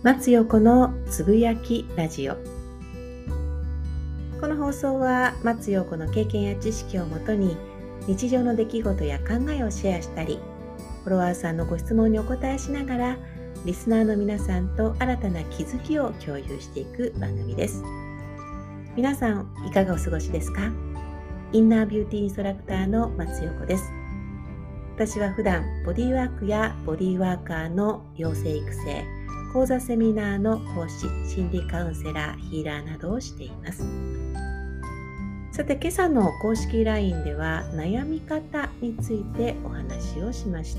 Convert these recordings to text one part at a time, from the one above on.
松陽子のつぶやきラジオ。この放送は松陽子の経験や知識をもとに日常の出来事や考えをシェアしたり、フォロワーさんのご質問にお答えしながらリスナーの皆さんと新たな気づきを共有していく番組です。皆さんいかがお過ごしですか？インナービューティーインストラクターの松陽子です。私は普段ボディワークやボディワーカーの養成育成、講座セミナーの講師、心理カウンセラー、ヒーラーなどをしています。さて、今朝の公式 LINE では悩み方についてお話をしました。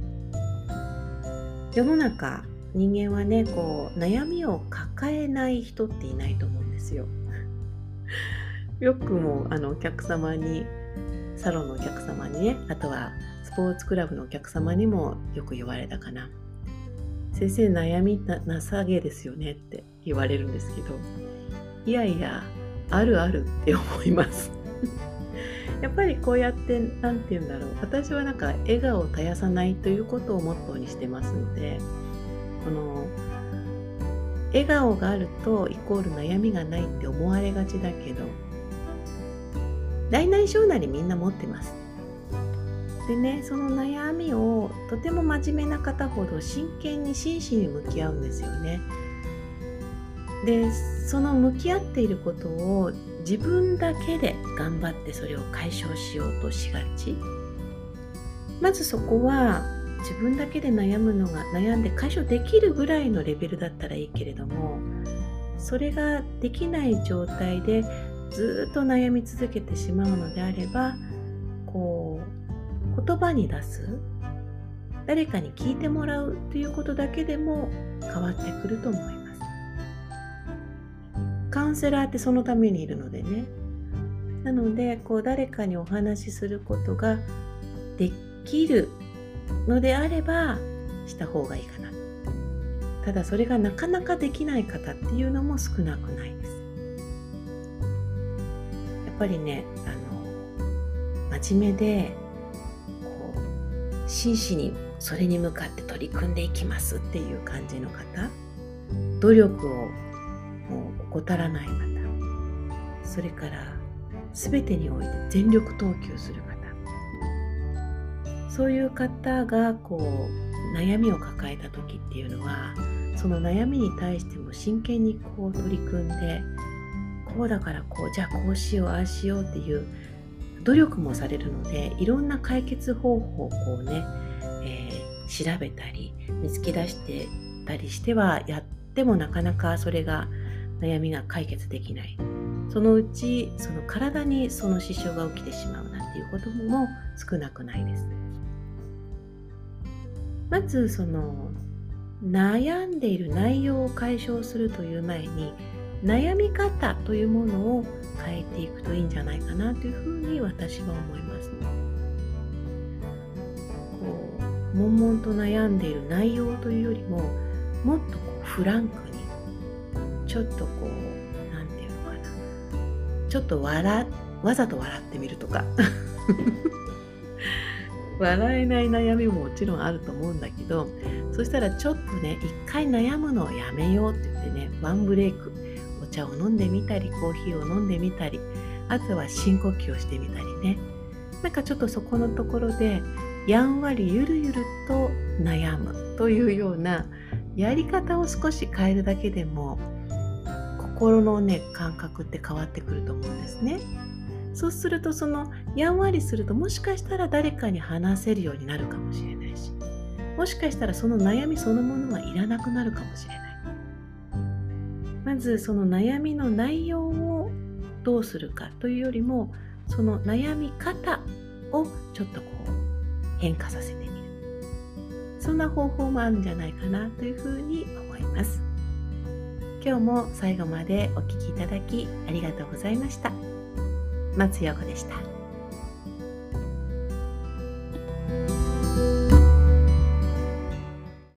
世の中、人間はね、悩みを抱えない人っていないと思うんですよ。よくもお客様に、サロンのお客様にね、あとはスポーツクラブのお客様にもよく言われたかな。先生、悩みなさげですよねって言われるんですけど、いやいや、あるあるって思いますやっぱりこうやって私は笑顔を絶やさないということをモットーにしてますので、この笑顔があるとイコール悩みがないって思われがちだけど、大なり小なりみんな持ってます。でね、その悩みをとても真面目な方ほど真剣に真摯に向き合うんですよね。で、その向き合っていることを自分だけで頑張ってそれを解消しようとしがち。まずそこは自分だけで悩んで解消できるぐらいのレベルだったらいいけれども、それができない状態でずっと悩み続けてしまうのであれば、言葉に出す、誰かに聞いてもらうということだけでも変わってくると思います。カウンセラーってそのためにいるのでね。なので誰かにお話しすることができるのであればした方がいいかな。ただそれがなかなかできない方っていうのも少なくないです。やっぱりね、真面目で真摯にそれに向かって取り組んでいきますっていう感じの方、努力をもう怠らない方、それから全てにおいて全力投球する方、そういう方が悩みを抱えた時っていうのは、その悩みに対しても真剣に取り組んで、こうだからじゃあこうしようああしようっていう努力もされるので、いろんな解決方法を調べたり見つけ出してたりしてはやってもなかなかそれが悩みが解決できない。そのうちその体にその支障が起きてしまうなんていうことも少なくないです。まずその悩んでいる内容を解消するという前に、悩み方というものを変えていくといいんじゃないかなというふうに私は思います。悶々と悩んでいる内容というよりも、もっとフランクに、ちょっとちょっとわざと笑ってみるとか笑えない悩みももちろんあると思うんだけど、そしたらちょっとね、一回悩むのをやめようって言ってね、ワンブレイク、お茶を飲んでみたり、コーヒーを飲んでみたり、あとは深呼吸をしてみたりね、ちょっとそこのところでやんわりゆるゆると悩むというようなやり方を少し変えるだけでも、心のね、感覚って変わってくると思うんですね。そうすると、そのやんわりすると、もしかしたら誰かに話せるようになるかもしれないし、もしかしたらその悩みそのものはいらなくなるかもしれない。まずその悩みの内容をどうするかというよりも、その悩み方をちょっと変化させてみる、そんな方法もあるんじゃないかなというふうに思います。今日も最後までお聞きいただきありがとうございました。松陽子でした。